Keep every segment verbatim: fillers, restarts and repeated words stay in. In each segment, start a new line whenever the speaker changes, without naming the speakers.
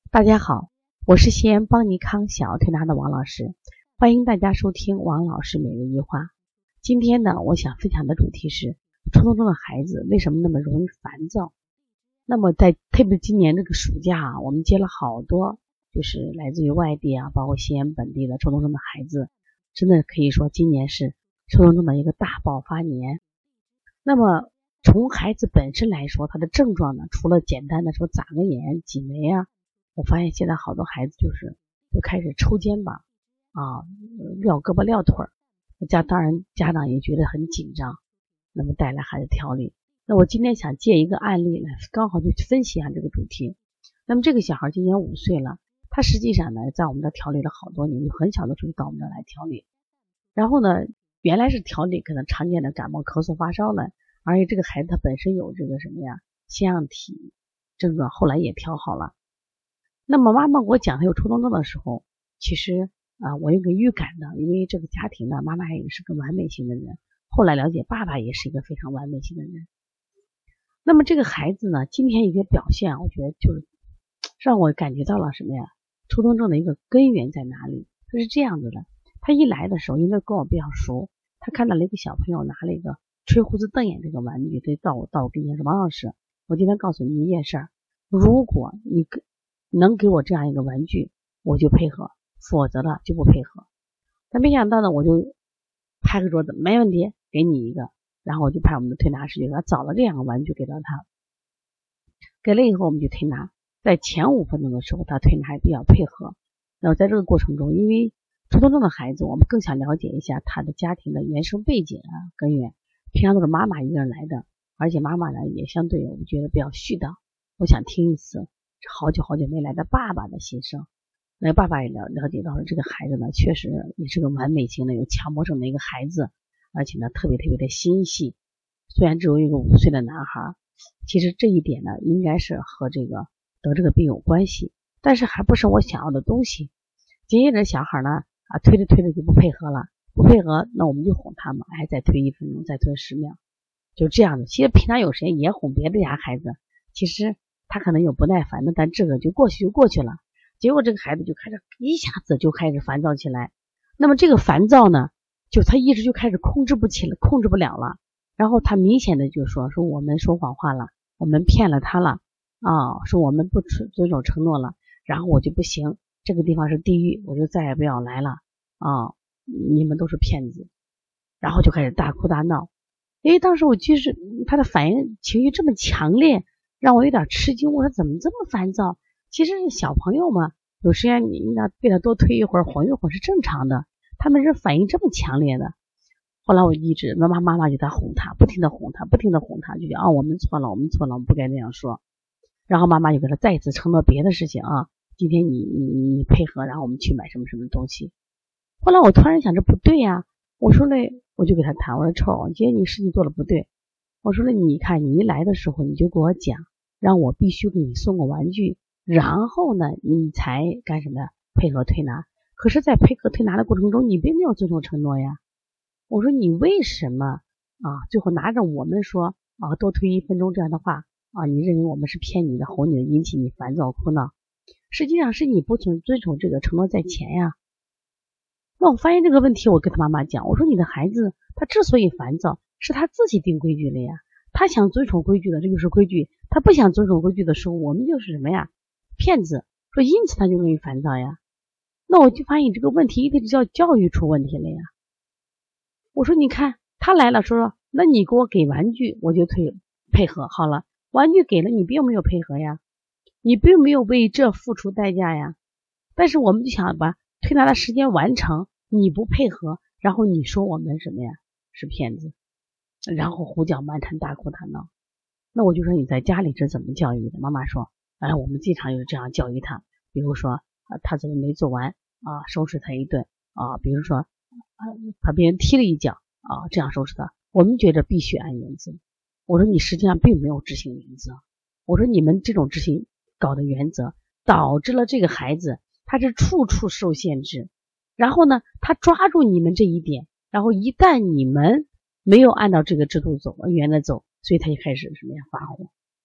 大家好，我是西安邦尼康小儿推拿的王老师，欢迎大家收听王老师每日一话。今天呢，我想分享的主题是初中中的孩子为什么那么容易烦躁。那么在特别今年这个暑假啊，我们接了好多就是来自于外地啊，包括西安本地的初中中的孩子，真的可以说今年是初中中的一个大爆发年。那么从孩子本身来说，他的症状呢，除了简单的说眨个眼、挤眉啊，我发现现在好多孩子就是就开始抽肩膀啊，撂胳膊撂腿儿，家当然家长也觉得很紧张，那么带来孩子调理。那我今天想借一个案例来刚好就分析一下这个主题。那么这个小孩今年五岁了，他实际上呢在我们这调理了好多年，就很小的时候到我们这来调理，然后呢原来是调理可能常见的感冒咳嗽发烧了，而且这个孩子他本身有这个什么呀腺样体症状，后来也调好了。那么妈妈给我讲他有初中症的时候，其实啊、呃、我有个预感的，因为这个家庭呢，妈妈也是个完美型的人，后来了解爸爸也是一个非常完美型的人。那么这个孩子呢，今天一些表现，我觉得就是让我感觉到了什么呀？初中症的一个根源在哪里？他是这样子的，他一来的时候，因为跟我比较熟，他看到了一个小朋友拿了一个吹胡子瞪眼这个玩具，对，到我到我跟前说，王老师，我今天告诉你一件事儿，如果你能给我这样一个玩具，我就配合，否则了就不配合。但没想到呢，我就拍个桌子，没问题，给你一个。然后我就派我们的推拿师就给他找了这两个玩具给到他，给了以后我们就推拿。在前五分钟的时候，他推拿还比较配合。然后在这个过程中，因为初中症的孩子，我们更想了解一下他的家庭的原生背景啊、根源。平常都是妈妈一个人来的，而且妈妈呢也相对我觉得比较絮叨，我想听一次好久好久没来的爸爸的心声。那爸爸也了了解到了这个孩子呢，确实也是个完美型的有强迫症的一个孩子，而且呢特别特别的心细。虽然只有一个五岁的男孩，其实这一点呢应该是和这个得这个病有关系，但是还不是我想要的东西。紧接着小孩呢啊推着推着就不配合了，不配合那我们就哄他嘛，还再推一分钟，再推十秒，就这样的。其实平常有时间也哄别的家孩子，其实他可能有不耐烦的，但这个就过去就过去了。结果这个孩子就开始一下子就开始烦躁起来。那么这个烦躁呢，就他一直就开始控制不起了，控制不了了。然后他明显的就说说我们说谎话了，我们骗了他了啊，说我们不遵守承诺了，然后我就不行，这个地方是地狱，我就再也不要来了啊，你们都是骗子。然后就开始大哭大闹。因为当时我就是他的反应情绪这么强烈，让我有点吃惊，我说怎么这么烦躁？其实小朋友嘛，有时间你要给他多推一会儿哄一会儿是正常的，他们是反应这么强烈的。后来我一直妈妈妈妈就在哄他，不停的哄他，不停的哄他，就讲啊我们错了，我们错了，我们不该那样说。然后妈妈就给他再一次承诺别的事情啊，今天你你你配合，然后我们去买什么什么东西。后来我突然想这不对呀、啊，我说嘞，我就给他谈，我说臭，今天你事情做的不对。我说了，你看你一来的时候你就给我讲，让我必须给你送个玩具，然后呢你才干什么呀？配合推拿。可是在配合推拿的过程中，你并没有遵守承诺呀。我说你为什么啊？最后拿着我们说啊多推一分钟这样的话啊，你认为我们是骗你的、哄你的，引起你烦躁哭闹，实际上是你不遵遵守这个承诺在前呀。那我发现这个问题，我跟他妈妈讲，我说你的孩子他之所以烦躁，是他自己定规矩了呀，他想遵守规矩的，这就是规矩，他不想遵守规矩的时候，我们就是什么呀？骗子。说因此他就容易烦躁呀。那我就发现这个问题一定是叫教育出问题了呀。我说你看他来了，说说那你给我给玩具，我就推配合好了，玩具给了你并没有配合呀，你并没有为这付出代价呀。但是我们就想把推拿的时间完成，你不配合，然后你说我们什么呀？是骗子，然后胡搅蛮缠大哭大闹。那我就说你在家里是怎么教育的？妈妈说哎，我们经常就是这样教育他，比如说啊，他怎么没做完啊，收拾他一顿啊，比如说啊，把别人踢了一脚啊，这样收拾他。我们觉得必须按原则，我说你实际上并没有执行原则，我说你们这种执行搞的原则，导致了这个孩子他是处处受限制，然后呢，他抓住你们这一点，然后一旦你们没有按照这个制度走，原则走，所以他就开始什么呀？发火。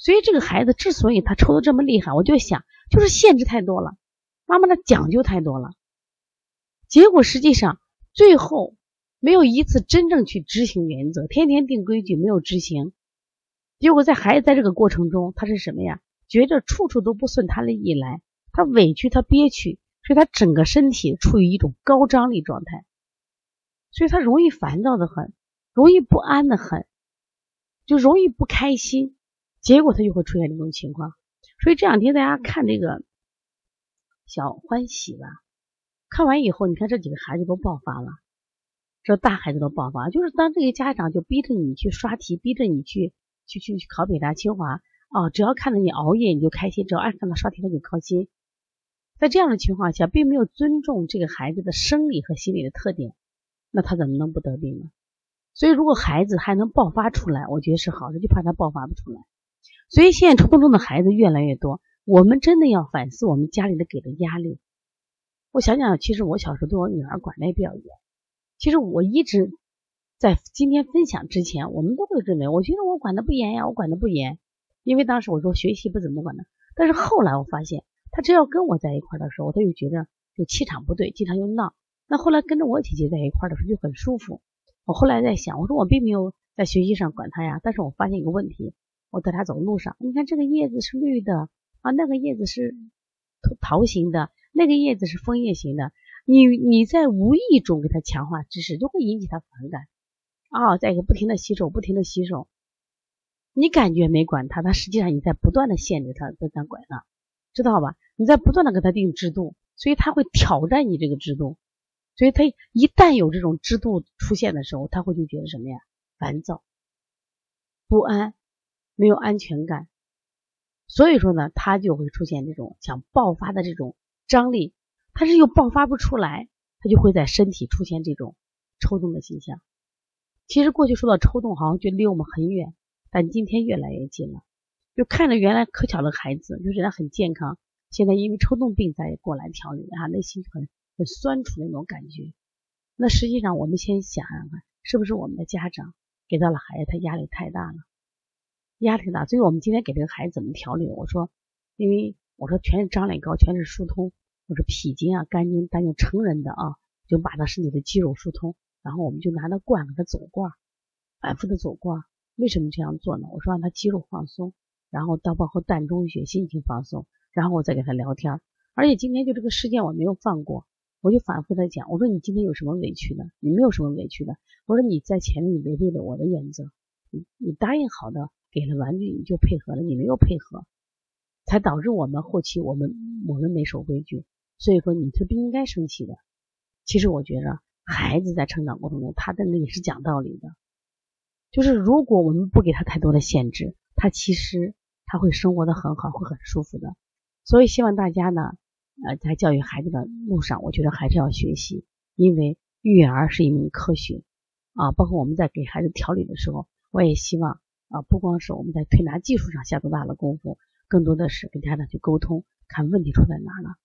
所以这个孩子之所以他抽的这么厉害，我就想就是限制太多了，妈妈的讲究太多了，结果实际上最后没有一次真正去执行原则，天天定规矩没有执行，结果在孩子在这个过程中他是什么呀？觉着处处都不顺他的意来，他委屈他憋屈，所以他整个身体处于一种高张力状态，所以他容易烦躁的很，容易不安的很，就容易不开心，结果他就会出现这种情况。所以这两天大家看这个小欢喜吧，看完以后你看这几个孩子都爆发了，这大孩子都爆发，就是当这个家长就逼着你去刷题，逼着你去去去去考北大清华哦，只要看着你熬夜你就开心，只要爱看到刷题他就开心。在这样的情况下，并没有尊重这个孩子的生理和心理的特点，那他怎么能不得病呢？所以如果孩子还能爆发出来，我觉得是好的，就怕他爆发不出来。所以现在抽动症的孩子越来越多，我们真的要反思我们家里的给的压力。我想想，其实我小时候对我女儿管得也比较严。其实我一直在今天分享之前，我们都会认为，我觉得我管得不严呀，我管得不严，因为当时我说学习不怎么管的。但是后来我发现，他只要跟我在一块的时候，他就觉得就气场不对，经常就闹。那后来跟着我姐姐在一块的时候就很舒服。我后来在想，我说我并没有在学习上管他呀，但是我发现一个问题，我带他走路上，你看这个叶子是绿的啊，那个叶子是桃形的，那个叶子是枫叶型的，你你在无意中给他强化知识，就会引起他反感啊。再一个不停的洗手，不停的洗手，你感觉没管他，他实际上你在不断的限制他，在他管他，知道吧？你在不断的给他定制度，所以他会挑战你这个制度。所以他一旦有这种制度出现的时候，他会就觉得什么呀？烦躁、不安、没有安全感。所以说呢，他就会出现这种想爆发的这种张力，他是又爆发不出来，他就会在身体出现这种抽动的现象。其实过去说到抽动好像就离我们很远，但今天越来越近了。就看着原来可巧的孩子，就觉得很健康，现在因为抽动病再过来调理啊，内心很很酸楚的那种感觉。那实际上我们先想想看，是不是我们的家长给到了孩子他压力太大了，压力大。所以我们今天给这个孩子怎么调理，我说因为我说全是张力高，全是疏通，我说脾经啊肝经，但用成人的啊，就把他身体的肌肉疏通，然后我们就拿着罐给他走罐，反复的走罐。为什么这样做呢？我说让他肌肉放松，然后到包括膻中穴心情放松，然后我再给他聊天。而且今天就这个事件我没有放过，我就反复的讲，我说你今天有什么委屈的？你没有什么委屈的。我说你在前面你违背了我的原则，你你答应好的给了玩具你就配合了，你没有配合，才导致我们后期我们我们没守规矩。所以说你是不应该生气的。其实我觉得孩子在成长过程中，他真的也是讲道理的。就是如果我们不给他太多的限制，他其实他会生活的很好，会很舒服的。所以希望大家呢，呃，在教育孩子的路上，我觉得还是要学习，因为育儿是一门科学啊。包括我们在给孩子调理的时候，我也希望啊，不光是我们在推拿技术上下多大的功夫，更多的是跟家长去沟通，看问题出在哪了。